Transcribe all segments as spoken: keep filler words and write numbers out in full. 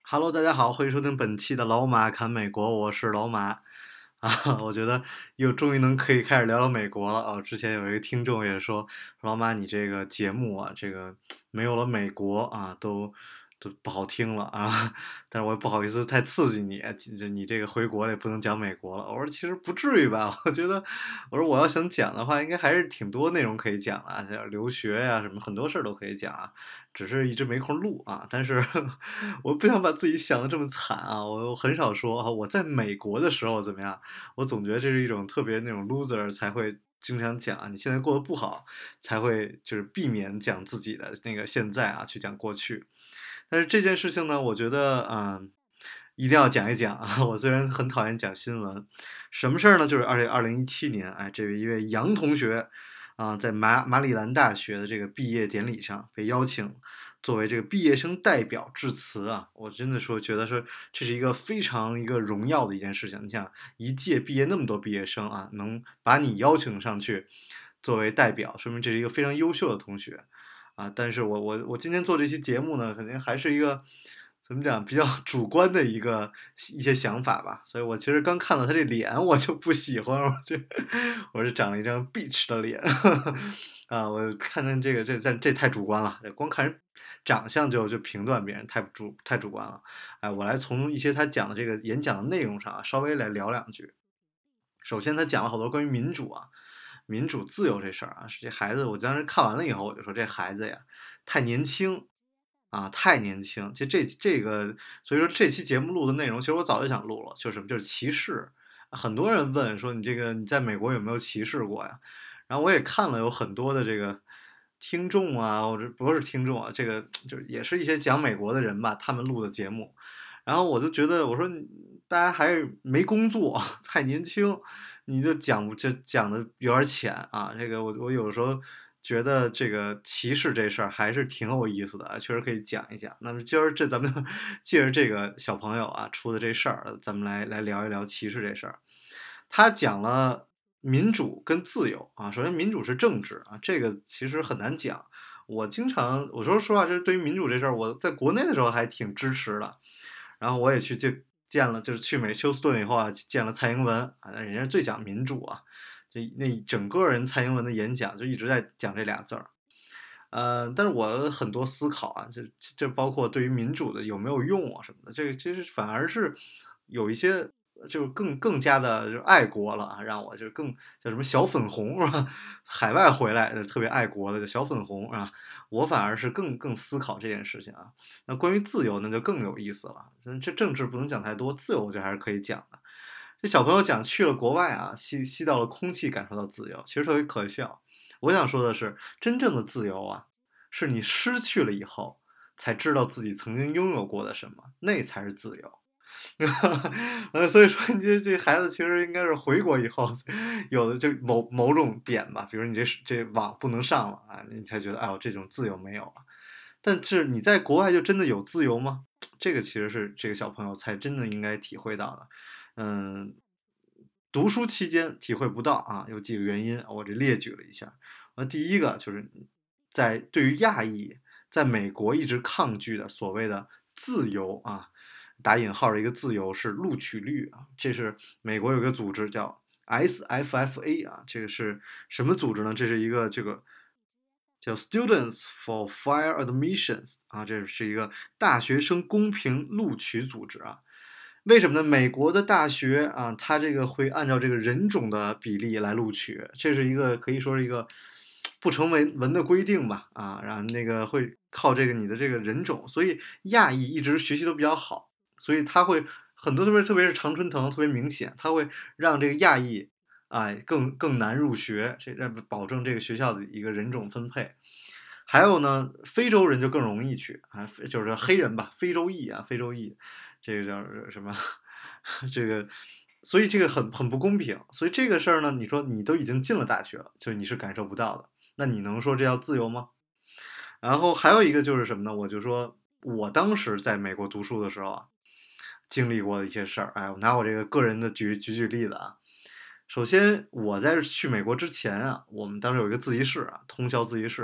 Hello，大家好，欢迎收听本期的老马侃美国，我是老马啊。我觉得又终于能可以开始聊聊美国了啊。之前有一个听众也说，老马你这个节目啊，这个没有了美国啊，都都不好听了啊。但是我也不好意思太刺激你，就你这个回国了也不能讲美国了。我说其实不至于吧，我觉得我说我要想讲的话，应该还是挺多内容可以讲啊，像留学呀、什么很多事儿都可以讲啊。只是一直没空录啊。但是我不想把自己想的这么惨啊，我很少说啊，我在美国的时候怎么样，我总觉得这是一种特别那种 loser 才会经常讲啊，你现在过得不好，才会就是避免讲自己的那个现在啊，去讲过去。但是这件事情呢，我觉得嗯。一定要讲一讲啊！我虽然很讨厌讲新闻，什么事儿呢？就是二零二零一七年，哎，这位一位杨同学，啊，在马马里兰大学的这个毕业典礼上被邀请作为这个毕业生代表致辞啊。我真的说觉得说这是一个非常一个荣耀的一件事情。你想一届毕业那么多毕业生啊，能把你邀请上去作为代表，说明这是一个非常优秀的同学啊。但是我我我今天做这期节目呢，肯定还是一个。怎么讲比较主观的一个一些想法吧，所以我其实刚看到他这脸，我就不喜欢，我这我是长了一张 bitch 的脸啊！我看见这个这这这太主观了，光看人长相就就评断别人太主太主观了。哎，我来从一些他讲的这个演讲的内容上啊，稍微来聊两句。首先，他讲了好多关于民主啊、民主自由这事儿啊，是这孩子，我当时看完了以后，我就说这孩子呀太年轻。啊，太年轻！其实这这个，所以说这期节目录的内容，其实我早就想录了，就是什么，就是歧视。很多人问说你这个你在美国有没有歧视过呀？然后我也看了有很多的这个听众啊，或者不是听众啊，这个就是也是一些讲美国的人吧，他们录的节目。然后我就觉得，我说大家还是没工作，太年轻，你就讲不就讲的有点浅啊。这个我我有时候。觉得这个歧视这事儿还是挺有意思的啊，确实可以讲一讲。那么今儿这咱们借着这个小朋友啊出的这事儿，咱们来来聊一聊歧视这事儿。他讲了民主跟自由啊，首先民主是政治啊，这个其实很难讲。我经常我说实话，就是对于民主这事儿，我在国内的时候还挺支持的。然后我也去见见了，就是去美休斯顿以后啊，见了蔡英文啊，人家最讲民主啊。这那整个人蔡英文的演讲就一直在讲这俩字儿，呃，但是我很多思考啊，这这包括对于民主的有没有用啊什么的，这个其实反而是有一些就更更加的就爱国了啊，让我就更叫什么小粉红是吧？海外回来特别爱国的小粉红啊，我反而是更更思考这件事情啊。那关于自由那就更有意思了，这政治不能讲太多，自由我觉得还是可以讲的。这小朋友讲去了国外啊，吸吸到了空气，感受到自由，其实特别可笑。我想说的是，真正的自由啊，是你失去了以后，才知道自己曾经拥有过的什么，那才是自由。呃，所以说，你这这孩子其实应该是回国以后，有的就某某种点吧，比如你这这网不能上了啊，你才觉得哎呦这种自由没有了。但是你在国外就真的有自由吗？这个其实是这个小朋友才真的应该体会到的。嗯，读书期间体会不到啊，有几个原因，我这列举了一下。那第一个就是在对于亚裔在美国一直抗拒的所谓的自由啊，打引号的一个自由是录取率啊，这是美国有个组织叫 S F F A 啊，这个是什么组织呢？这是一个这个叫 Students for Fair Admissions 啊，这是一个大学生公平录取组织啊。为什么呢？美国的大学啊，它这个会按照这个人种的比例来录取，这是一个可以说是一个不成文文的规定吧，啊，然后那个会靠这个你的这个人种，所以亚裔一直学习都比较好，所以他会很多特别特别是常春藤特别明显，他会让这个亚裔啊更更难入学，这保证这个学校的一个人种分配。还有呢，非洲人就更容易去啊，就是黑人吧，非洲裔啊，非洲裔，这个叫什么？这个，所以这个很很不公平。所以这个事儿呢，你说你都已经进了大学了，就是你是感受不到的，那你能说这叫自由吗？然后还有一个就是什么呢？我就说我当时在美国读书的时候啊，经历过的一些事儿。哎，我拿我这个个人的举举举例子啊。首先，我在去美国之前啊，我们当时有一个自习室啊，通宵自习室。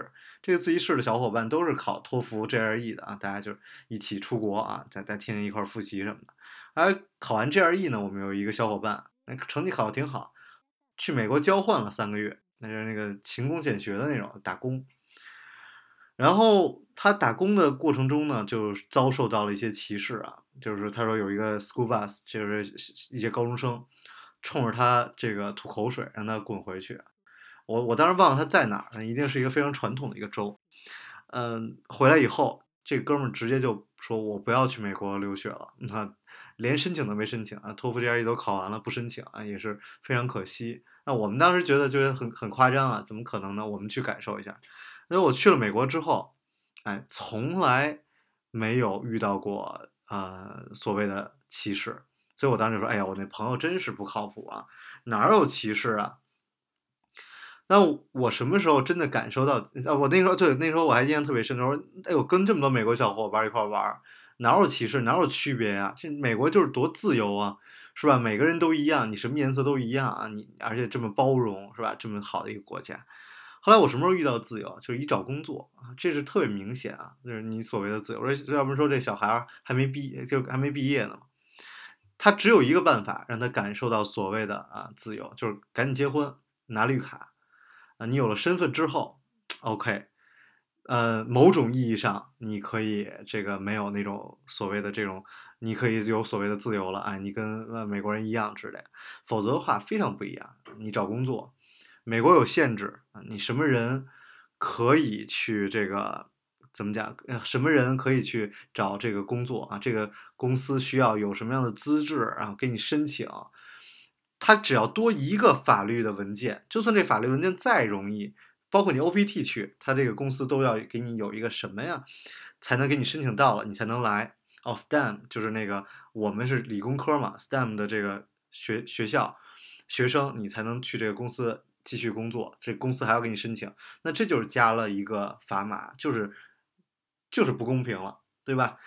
这个自习室的小伙伴都是考托福 G R E 的啊，大家就一起出国啊，在在天天一块复习什么的。哎，考完 G R E 呢，我们有一个小伙伴，那成绩考得挺好，去美国交换了三个月，那是那个勤工俭学的那种打工。然后他打工的过程中呢，就遭受到了一些歧视啊，就是他说有一个 school bus，就是一些高中生冲着他这个吐口水，让他滚回去。我我当时忘了他在哪儿，一定是一个非常传统的一个州。嗯，回来以后，这哥们儿直接就说我不要去美国留学了，那连申请都没申请啊，托福 G R E 都考完了不申请啊，也是非常可惜。那我们当时觉得觉得很很夸张啊，怎么可能呢？我们去感受一下。因为我去了美国之后，哎，从来没有遇到过呃所谓的歧视，所以我当时就说，哎呀，我那朋友真是不靠谱啊，哪有歧视啊？那我什么时候真的感受到？啊，我那时候对那时候我还印象特别深，说，哎，我跟这么多美国小伙伴一块玩，哪有歧视，哪有区别呀？这美国就是多自由啊，是吧？每个人都一样，你什么颜色都一样啊，你而且这么包容，是吧？这么好的一个国家。后来我什么时候遇到自由？就是一找工作啊，这是特别明显啊，就是你所谓的自由。我说，要不说这小孩还没毕，就还没毕业呢嘛，他只有一个办法让他感受到所谓的啊自由，就是赶紧结婚，拿绿卡。啊，你有了身份之后，OK，呃，某种意义上你可以这个没有那种所谓的这种，你可以有所谓的自由了啊，你跟呃美国人一样之类，否则的话非常不一样。你找工作，美国有限制啊，你什么人可以去这个怎么讲？呃，什么人可以去找这个工作啊？这个公司需要有什么样的资质，然后给你申请。他只要多一个法律的文件，就算这法律文件再容易，包括你 O P T 去，他这个公司都要给你有一个什么呀，才能给你申请到了，你才能来。哦，S T E M 就是那个我们是理工科嘛，S T E M 的这个学学校学生，你才能去这个公司继续工作，这公司还要给你申请，那这就是加了一个砝码，就是就是不公平了，对吧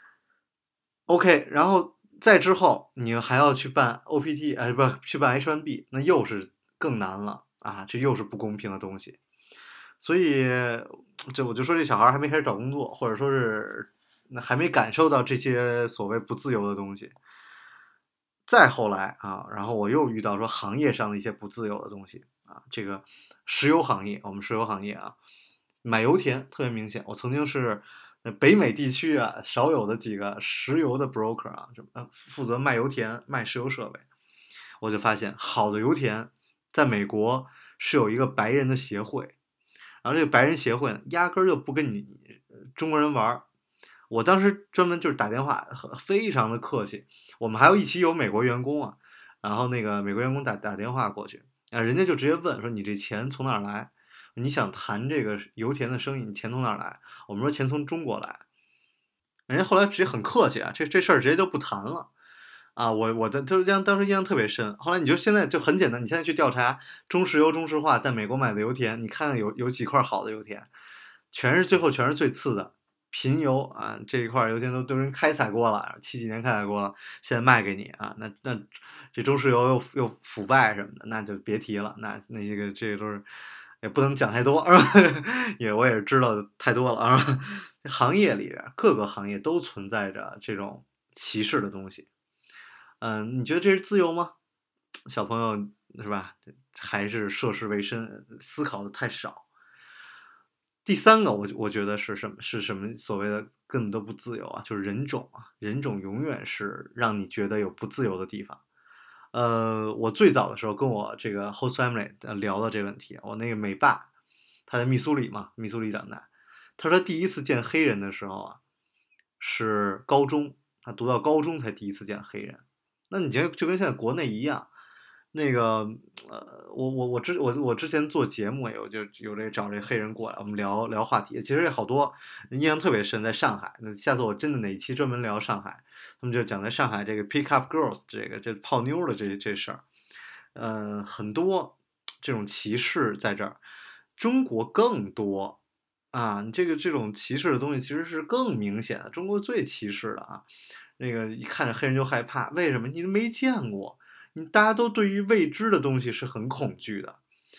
？OK，然后再之后你还要去办 O P T，哎，不去办 H 一 B，那又是更难了啊！这又是不公平的东西。所以，这我就说这小孩还没开始找工作，或者说是那还没感受到这些所谓不自由的东西。再后来啊，然后我又遇到说行业上的一些不自由的东西啊，这个石油行业，我们石油行业啊，买油田特别明显。我曾经是呃北美地区啊少有的几个石油的 broker 啊，就呃负责卖油田、卖石油设备。我就发现好的油田在美国是有一个白人的协会，然后这个白人协会呢，压根儿就不跟你中国人玩儿。我当时专门就是打电话，非常的客气。我们还有一期有美国员工啊，然后那个美国员工打打电话过去，啊，人家就直接问说你这钱从哪儿来？你想谈这个油田的生意，你钱从哪儿来？我们说钱从中国来。人家后来直接很客气啊，这这事儿直接就不谈了。啊，我我的就让当时印象特别深。后来你就现在就很简单，你现在去调查中石油、中石化在美国买的油田，你看看有有几块好的油田，全是最后全是最次的贫油啊，这一块油田都都人开采过了，七几年开采过了，现在卖给你啊，那那这中石油又又腐败什么的，那就别提了，那那这个这个都是也不能讲太多，是吧？也我也是知道的太多了啊。行业里边各个行业都存在着这种歧视的东西。嗯，你觉得这是自由吗？小朋友是吧？还是涉世未深，思考的太少。第三个我我觉得是什么？是什么所谓的更多不自由啊？就是人种啊，人种永远是让你觉得有不自由的地方。呃，我最早的时候跟我这个 host family 聊到这个问题，我那个美爸，他在密苏里嘛，密苏里长大，他说他第一次见黑人的时候啊，是高中，他读到高中才第一次见黑人。那你觉得就跟现在国内一样，那个呃，我我我之我我之前做节目有就有这找这黑人过来，我们聊聊话题，其实也好多印象特别深，在上海。那下次我真的哪一期专门聊上海，他们就讲在上海这个 pick up girls 这个这泡妞的这这事儿，呃，很多这种歧视在这儿，中国更多啊，你这个这种歧视的东西其实是更明显的，中国最歧视的啊。那个一看着黑人就害怕，为什么？你都没见过，你大家都对于未知的东西是很恐惧的，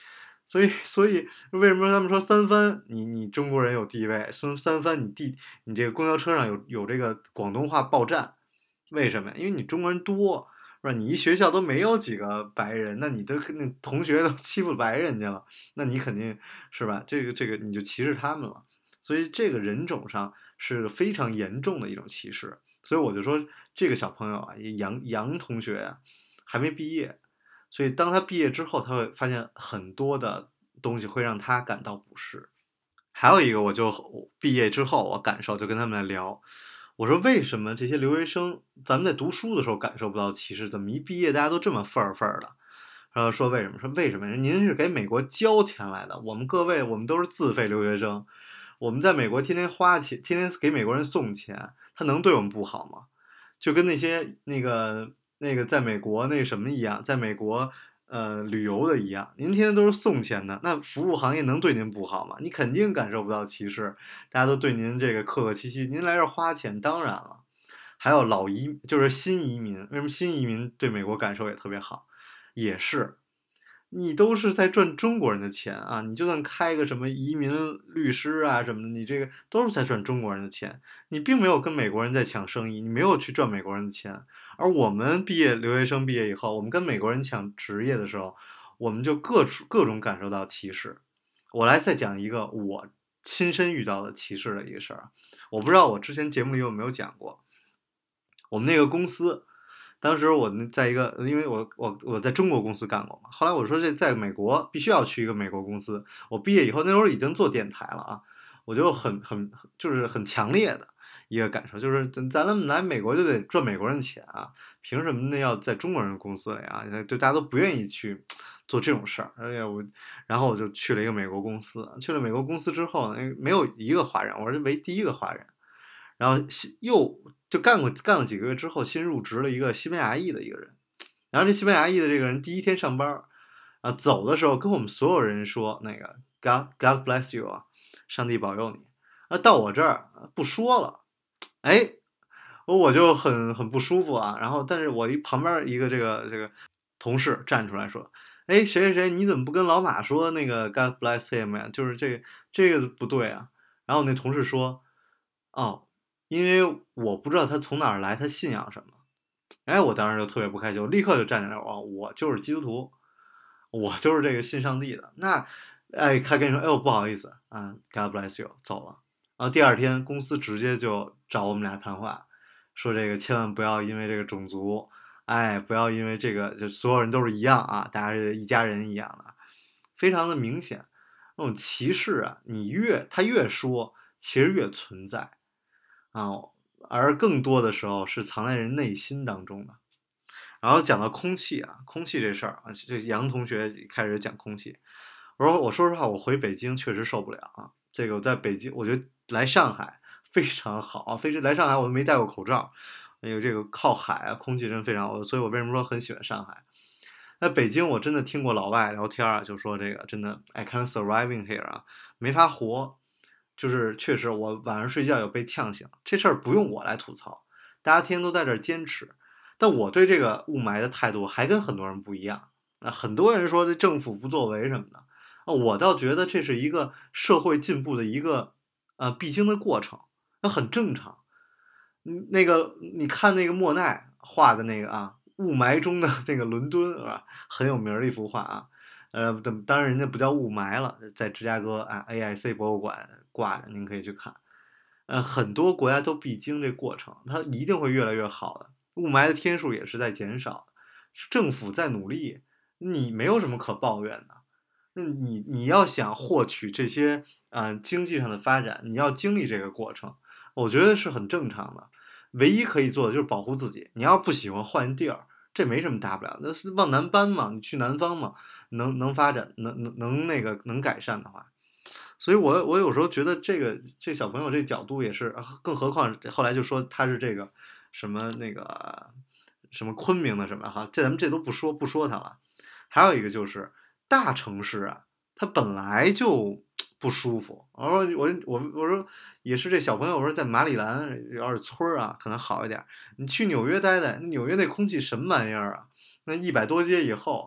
所以，所以为什么他们说三番你你中国人有地位，三三番你地你这个公交车上有有这个广东话报站，为什么呀？因为你中国人多，是吧？你一学校都没有几个白人，那你的那同学都欺负白人去了，那你肯定是吧？这个这个你就歧视他们了。所以这个人种上是非常严重的一种歧视。所以我就说这个小朋友啊，杨杨同学啊，还没毕业，所以当他毕业之后，他会发现很多的东西会让他感到不适。还有一个，我就毕业之后，我感受就跟他们来聊，我说为什么这些留学生，咱们在读书的时候感受不到歧视，怎么一毕业大家都这么份儿份儿的？然后说为什么？说为什么？您是给美国交钱来的，我们各位我们都是自费留学生，我们在美国天天花钱，天天给美国人送钱，他能对我们不好吗？就跟那些那个那个在美国那什么一样，在美国呃旅游的一样，您天天都是送钱的，那服务行业能对您不好吗？你肯定感受不到歧视，大家都对您这个客客气气，您来这儿花钱，当然了。还有老移，就是新移民，为什么新移民对美国感受也特别好？也是，你都是在赚中国人的钱啊！你就算开个什么移民律师啊什么的，你这个都是在赚中国人的钱，你并没有跟美国人在抢生意，你没有去赚美国人的钱。而我们毕业留学生毕业以后，我们跟美国人抢职业的时候，我们就各种各种感受到歧视。我来再讲一个我亲身遇到的歧视的一个事儿，我不知道我之前节目里有没有讲过。我们那个公司，当时我在一个，因为我我我在中国公司干过嘛，后来我说这在美国必须要去一个美国公司。我毕业以后那时候已经做电台了啊，我就很很就是很强烈的一个感受，就是咱们来美国就得赚美国人的钱啊，凭什么呢要在中国人公司里啊？就大家都不愿意去做这种事儿。而且我，然后我就去了一个美国公司，去了美国公司之后，没有一个华人，我是唯第一个华人。然后又就干过干了几个月之后，新入职了一个西班牙裔的一个人。然后这西班牙裔的这个人第一天上班，啊，走的时候跟我们所有人说那个 God God bless you 啊，上帝保佑你。啊，到我这儿不说了，哎，我就很很不舒服啊。然后，但是我一旁边一个这个这个同事站出来说，哎，谁谁谁，你怎么不跟老马说那个 God bless him 呀？就是这个这个不对啊。然后那同事说，哦。因为我不知道他从哪儿来，他信仰什么。哎，我当时就特别不开心，我立刻就站起来，我我就是基督徒，我就是这个信上帝的。那，哎，他跟你说，哎呦，不好意思啊，God bless you，走了。然后第二天公司直接就找我们俩谈话，说这个千万不要因为这个种族，哎，不要因为这个，就所有人都是一样啊，大家是一家人一样的，非常的明显。那种歧视啊，你越他越说，其实越存在。啊，而更多的时候是藏在人内心当中的。然后讲到空气啊，空气这事儿啊，这杨同学开始讲空气。我说我说实话，我回北京确实受不了啊。这个我在北京，我觉得来上海非常好啊，非常来上海我都没戴过口罩，因为这个靠海啊，空气真非常好，所以我为什么说很喜欢上海？在北京我真的听过老外聊天啊，就说这个真的 I can't surviving here 啊，没法活。就是确实我晚上睡觉有被呛醒，这事儿不用我来吐槽，大家天天都在这儿坚持。但我对这个雾霾的态度还跟很多人不一样。那很多人说这政府不作为什么的，啊，我倒觉得这是一个社会进步的一个呃必经的过程，那很正常。嗯，那个你看那个莫奈画的那个啊，雾霾中的那个伦敦是吧？很有名的一幅画啊。呃，当然人家不叫雾霾了，在芝加哥啊 A I C 博物馆挂着，您可以去看。呃，很多国家都必经这过程，它一定会越来越好的。雾霾的天数也是在减少，政府在努力，你没有什么可抱怨的。那你你要想获取这些啊、呃、经济上的发展，你要经历这个过程，我觉得是很正常的。唯一可以做的就是保护自己。你要不喜欢换地儿，这没什么大不了，那是往南搬嘛，你去南方嘛，能能发展，能能能那个能改善的话。所以我我有时候觉得这个这小朋友这角度也是，更何况后来就说他是这个什么那个什么昆明的什么哈，这咱们这都不说不说他了。还有一个就是大城市啊，它本来就不舒服。我说我我我说也是这小朋友，我说在马里兰要是村儿啊，可能好一点。你去纽约待待，纽约那空气什么玩意儿啊？那一百多街以后。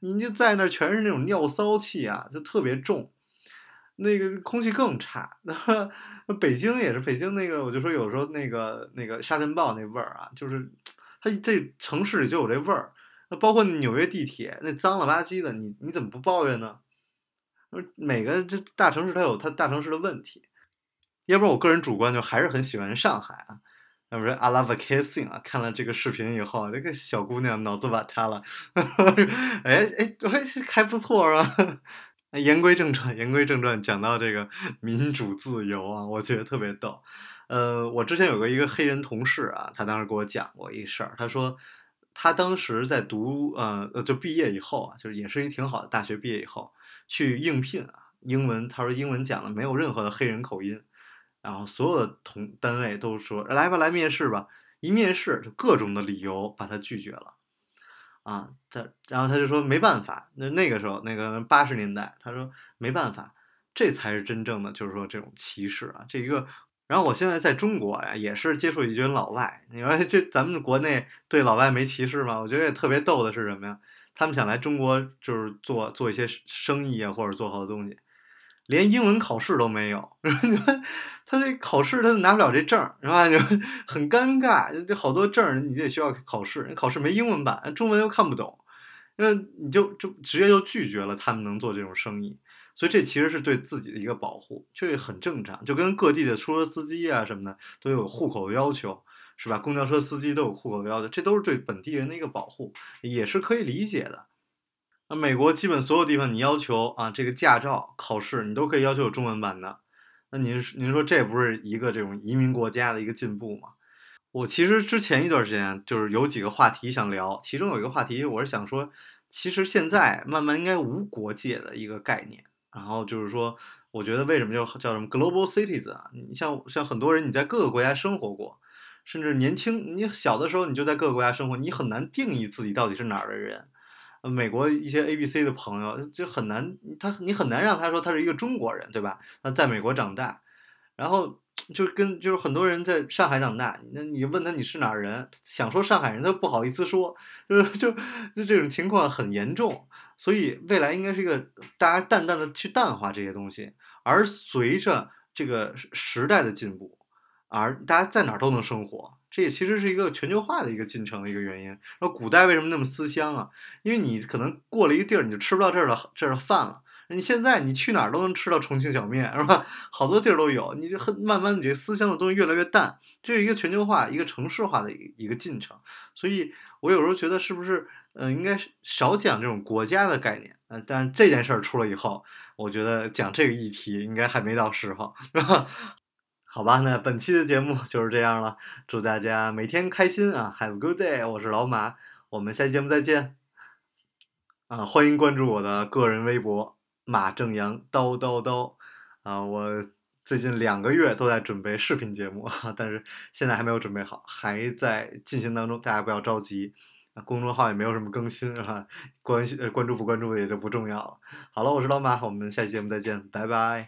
你就在那儿全是那种尿骚气啊，就特别重。那个空气更差，那北京也是，北京那个我就说有时候那个那个沙尘暴那味儿啊，就是它这城市里就有这味儿。那包括纽约地铁那脏了吧唧的，你你怎么不抱怨呢？每个这大城市它有它大城市的问题，要不然我个人主观就还是很喜欢上海啊。要不说阿拉瓦开心啊，看了这个视频以后，这个小姑娘脑子瓦塌了，哎哎，还不错啊。言归正传，言归正传，讲到这个民主自由啊，我觉得特别逗。呃，我之前有个一个黑人同事啊，他当时给我讲过一事儿，他说他当时在读呃呃就毕业以后啊，就是也是一挺好的大学毕业以后去应聘啊，英文他说英文讲的没有任何的黑人口音，然后所有的同单位都说来吧来面试吧，一面试就各种的理由把他拒绝了。啊，他然后他就说没办法，那那个时候那个八十年代，他说没办法，这才是真正的就是说这种歧视啊，这一个。然后我现在在中国呀，也是接触一群老外，你说这咱们国内对老外没歧视吗？我觉得也特别逗的是什么呀？他们想来中国就是做做一些生意啊，或者做好多东西，连英文考试都没有，他这考试他拿不了这证，是吧？就很尴尬，这好多证你得需要考试，考试没英文版，中文又看不懂，那你就就直接就拒绝了他们能做这种生意，所以这其实是对自己的一个保护，这很正常，就跟各地的出租车司机啊什么的都有户口的要求，是吧？公交车司机都有户口的要求，这都是对本地人的一个保护，也是可以理解的。那美国基本所有地方你要求啊，这个驾照考试你都可以要求有中文版的，那您您说这不是一个这种移民国家的一个进步吗？我其实之前一段时间就是有几个话题想聊，其中有一个话题我是想说，其实现在慢慢应该无国界的一个概念，然后就是说，我觉得为什么叫叫什么 global cities 啊？你像像很多人你在各个国家生活过，甚至年轻你小的时候你就在各个国家生活，你很难定义自己到底是哪儿的人。美国一些 A B C 的朋友就很难，他你很难让他说他是一个中国人，对吧？那在美国长大，然后就跟就是很多人在上海长大，那你问他你是哪儿人，想说上海人他不好意思说，就就就这种情况很严重，所以未来应该是一个大家淡淡的去淡化这些东西，而随着这个时代的进步，而大家在哪儿都能生活。这也其实是一个全球化的一个进程的一个原因。然后古代为什么那么思乡啊？因为你可能过了一个地儿，你就吃不到这儿的这儿的饭了。你现在你去哪儿都能吃到重庆小面，是吧？好多地儿都有，你就很慢慢你这思乡的东西越来越淡，这是一个全球化、一个城市化的一个一个进程。所以我有时候觉得是不是呃应该少讲这种国家的概念？呃，但这件事儿出了以后，我觉得讲这个议题应该还没到时候，是吧？好吧，那本期的节目就是这样了，祝大家每天开心啊 ，Have a good day！我是老马，我们下期节目再见啊！欢迎关注我的个人微博马正阳叨叨叨啊！我最近两个月都在准备视频节目，但是现在还没有准备好，还在进行当中，大家不要着急。公众号也没有什么更新，是吧？关呃关注不关注的也就不重要了。好了，我是老马，我们下期节目再见，拜拜。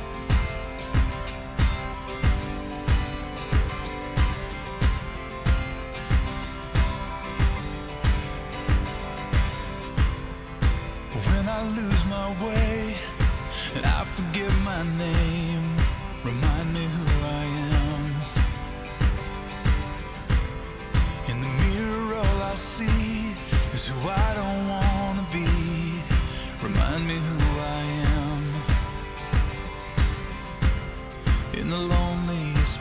I lose my way and I forget my name. Remind me who I am. In the mirror all I see is who I don't wanna be. Remind me who I am. In the loneliest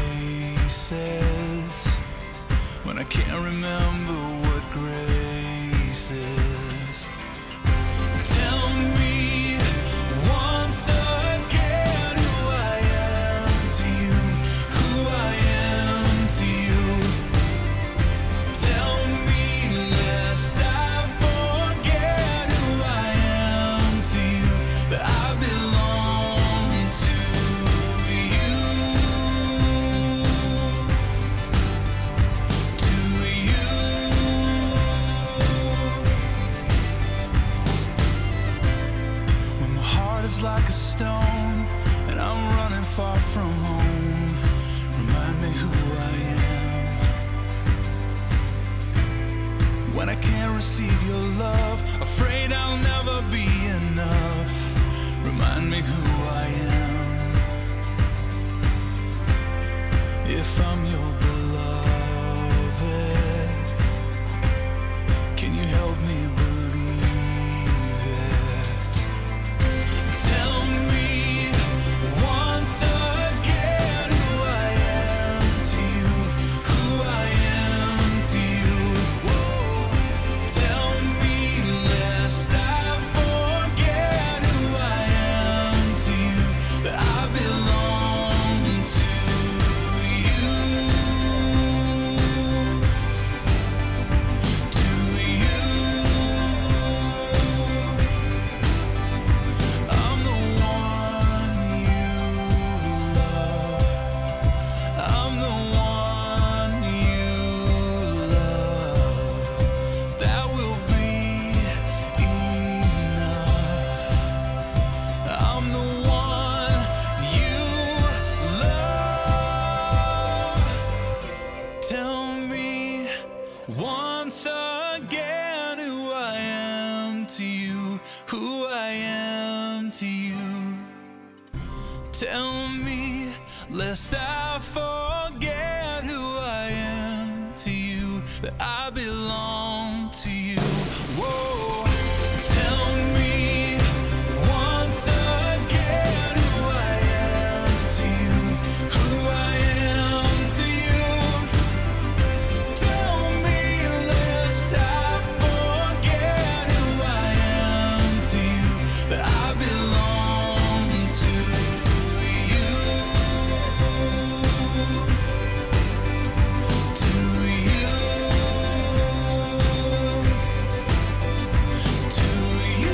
places, when I can't remember what grace is. You remind me who I am. If I'm your beloved, can you help me believe it? Tell me once again who I am to you, who I am to you. Whoa. Tell me lest I forget who I am to you, that I belong to you, to you. I'm the one you love. I'm the one you love. That will be enough. I'm the one you love. Tell me once again who I am to you, who I am to you. Tell me lest I forget who I am to you, that I belong to you. Whoa. Tell me once again who I am to you, who I am to you. Tell me lest I forget who I am to you, that I belong to you, to you, to you.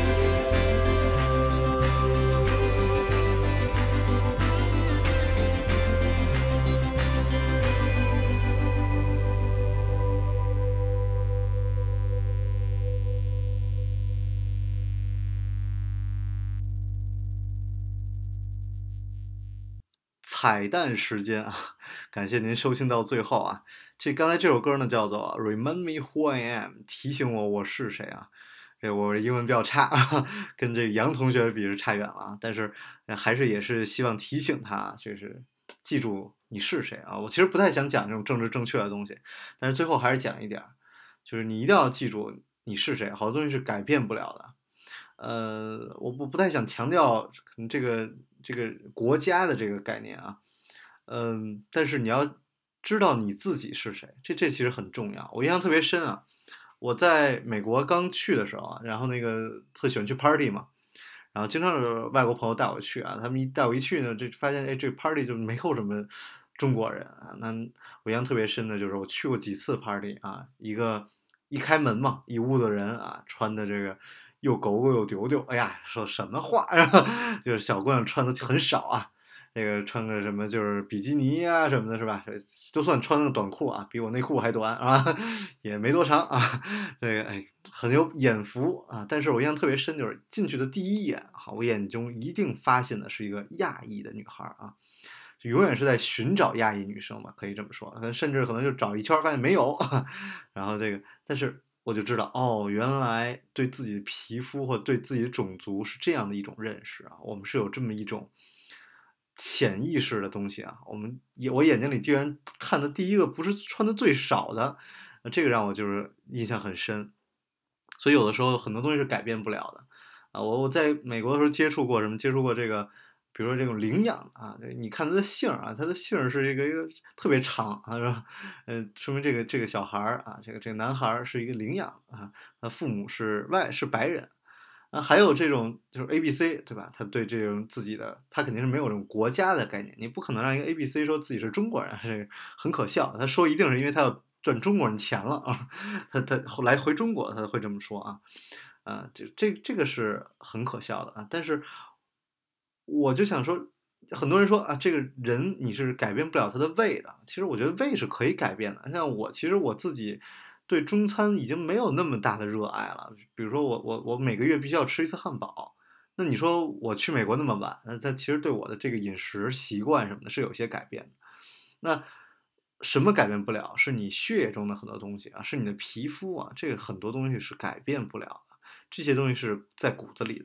彩蛋时间啊，感谢您收听到最后啊。这刚才这首歌呢叫做《Remind Me Who I Am》，提醒我我是谁啊。这我英文比较差，跟这个杨同学比是差远了啊。但是还是也是希望提醒他，就是记住你是谁啊。我其实不太想讲这种政治正确的东西，但是最后还是讲一点，就是你一定要记住你是谁，好多东西是改变不了的。呃，我不不太想强调可能这个这个国家的这个概念啊，嗯，但是你要知道你自己是谁，这这其实很重要。我印象特别深啊，我在美国刚去的时候啊，然后那个特喜欢去 party 嘛，然后经常有外国朋友带我去啊，他们一带我一去呢，这发现哎这 party 就没有什么中国人啊。那我印象特别深的就是我去过几次 party 啊，一个一开门嘛，一屋子人啊，穿的这个又狗狗又丢丢，哎呀，说什么话，然后就是小姑娘穿的很少啊，那个穿个什么就是比基尼啊什么的，是吧？就算穿个短裤啊，比我内裤还短啊，也没多长啊。这个哎，很有眼福啊。但是我印象特别深，就是进去的第一眼，好，我眼中一定发现的是一个亚裔的女孩啊，就永远是在寻找亚裔女生嘛，可以这么说，甚至可能就找一圈发现没有，然后这个，但是我就知道哦，原来对自己的皮肤或对自己的种族是这样的一种认识啊，我们是有这么一种潜意识的东西啊，我们我眼睛里居然看的第一个不是穿的最少的，这个让我就是印象很深。所以有的时候很多东西是改变不了的啊。我我在美国的时候接触过什么？接触过这个，比如说这种领养啊，你看他的姓啊，他的姓是一个一个特别长啊，是吧？嗯，说明这个这个小孩儿啊，这个这个男孩儿是一个领养啊，他父母是外是白人。啊，还有这种就是 A B C 对吧？他对这种自己的，他肯定是没有这种国家的概念，你不可能让一个 A B C 说自己是中国人，这很可笑。他说一定是因为他要赚中国人钱了啊，他他后来回中国他会这么说啊，啊，这这这个是很可笑的啊。但是我就想说，很多人说啊，这个人你是改变不了他的胃的，其实我觉得胃是可以改变的。像我，其实我自己对中餐已经没有那么大的热爱了。比如说我我我每个月必须要吃一次汉堡，那你说我去美国那么晚，那它其实对我的这个饮食习惯什么的是有些改变的。那什么改变不了？是你血液中的很多东西啊，是你的皮肤啊，这个很多东西是改变不了的，这些东西是在骨子里的。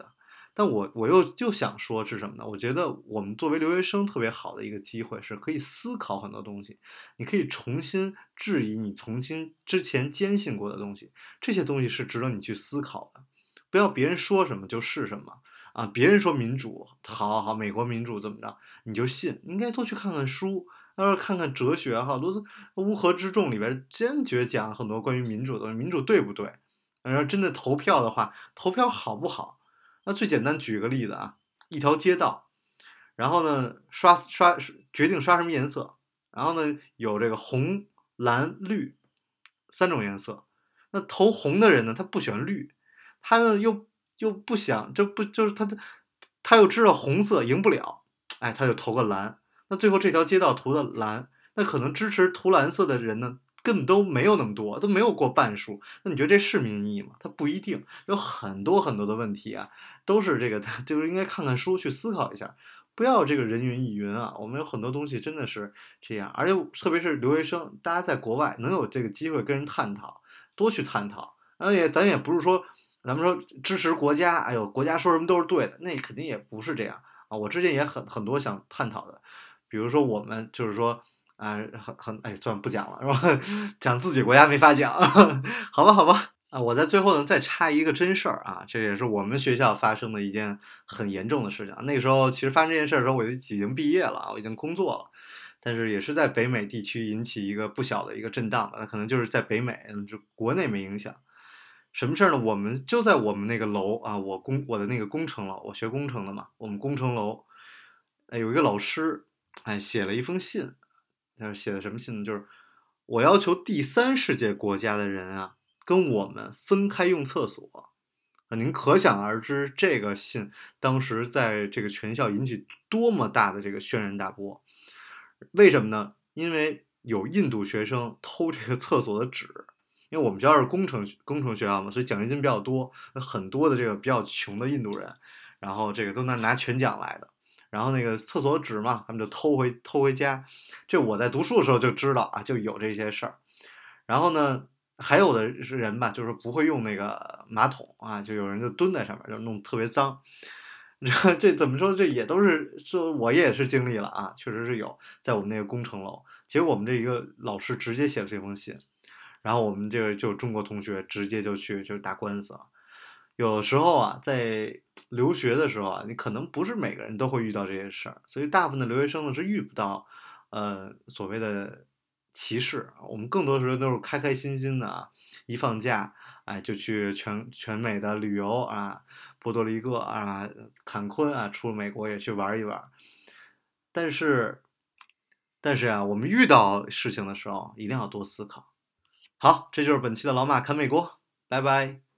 但我我又又想说是什么呢？我觉得我们作为留学生特别好的一个机会是可以思考很多东西，你可以重新质疑你重新之前坚信过的东西，这些东西是值得你去思考的，不要别人说什么就是什么啊，别人说民主好好好，美国民主怎么着你就信，你应该多去看看书，要是看看哲学，好多乌合之众里边坚决讲很多关于民主的东西，民主对不对？然后真的投票的话，投票好不好？那最简单举个例子啊，一条街道，然后呢刷刷决定刷什么颜色，然后呢有这个红蓝绿三种颜色，那投红的人呢他不选绿，他呢又又不想就不就是他他又知道红色赢不了，哎他就投个蓝，那最后这条街道涂的蓝，那可能支持涂蓝色的人呢根本都没有那么多，都没有过半数。那你觉得这是民意吗？它不一定，有很多很多的问题啊，都是这个，就是应该看看书去思考一下，不要这个人云亦云啊。我们有很多东西真的是这样，而且特别是留学生，大家在国外能有这个机会跟人探讨，多去探讨。然后也咱也不是说咱们说支持国家，哎呦，国家说什么都是对的，那肯定也不是这样啊。我之前也很很多想探讨的，比如说我们就是说。啊，很很哎，算不讲了，是吧？讲自己国家没法讲，好吧，好吧。啊，我在最后呢再插一个真事儿啊，这也是我们学校发生的一件很严重的事情。那个时候其实发生这件事的时候，我就已经毕业了，我已经工作了，但是也是在北美地区引起一个不小的一个震荡吧。那可能就是在北美，就国内没影响。什么事儿呢？我们就在我们那个楼啊，我工我的那个工程楼，我学工程的嘛，我们工程楼，哎，有一个老师，哎，写了一封信。但是写的什么信呢？就是我要求第三世界国家的人啊，跟我们分开用厕所。啊，您可想而知，这个信当时在这个全校引起多么大的这个轩然大波。为什么呢？因为有印度学生偷这个厕所的纸，因为我们学校是工程工程学校嘛，所以奖学金比较多，很多的这个比较穷的印度人，然后这个都拿拿全奖来的。然后那个厕所纸嘛，他们就偷回偷回家。这我在读书的时候就知道啊，就有这些事儿。然后呢，还有的人吧，就是不会用那个马桶啊，就有人就蹲在上面，就弄特别脏。你知道这怎么说？这也都是说，我也是经历了啊，确实是有在我们那个工程楼。结果我们这一个老师直接写了这封信，然后我们这个就中国同学直接就去就是打官司了。有时候啊，在留学的时候啊，你可能不是每个人都会遇到这些事儿，所以大部分的留学生呢是遇不到，呃，所谓的歧视。我们更多时候都是开开心心的啊，一放假，哎，就去全全美的旅游啊，波多黎各啊，坎昆啊，出了美国也去玩一玩。但是，但是啊，我们遇到事情的时候一定要多思考。好，这就是本期的老马侃美国，拜拜。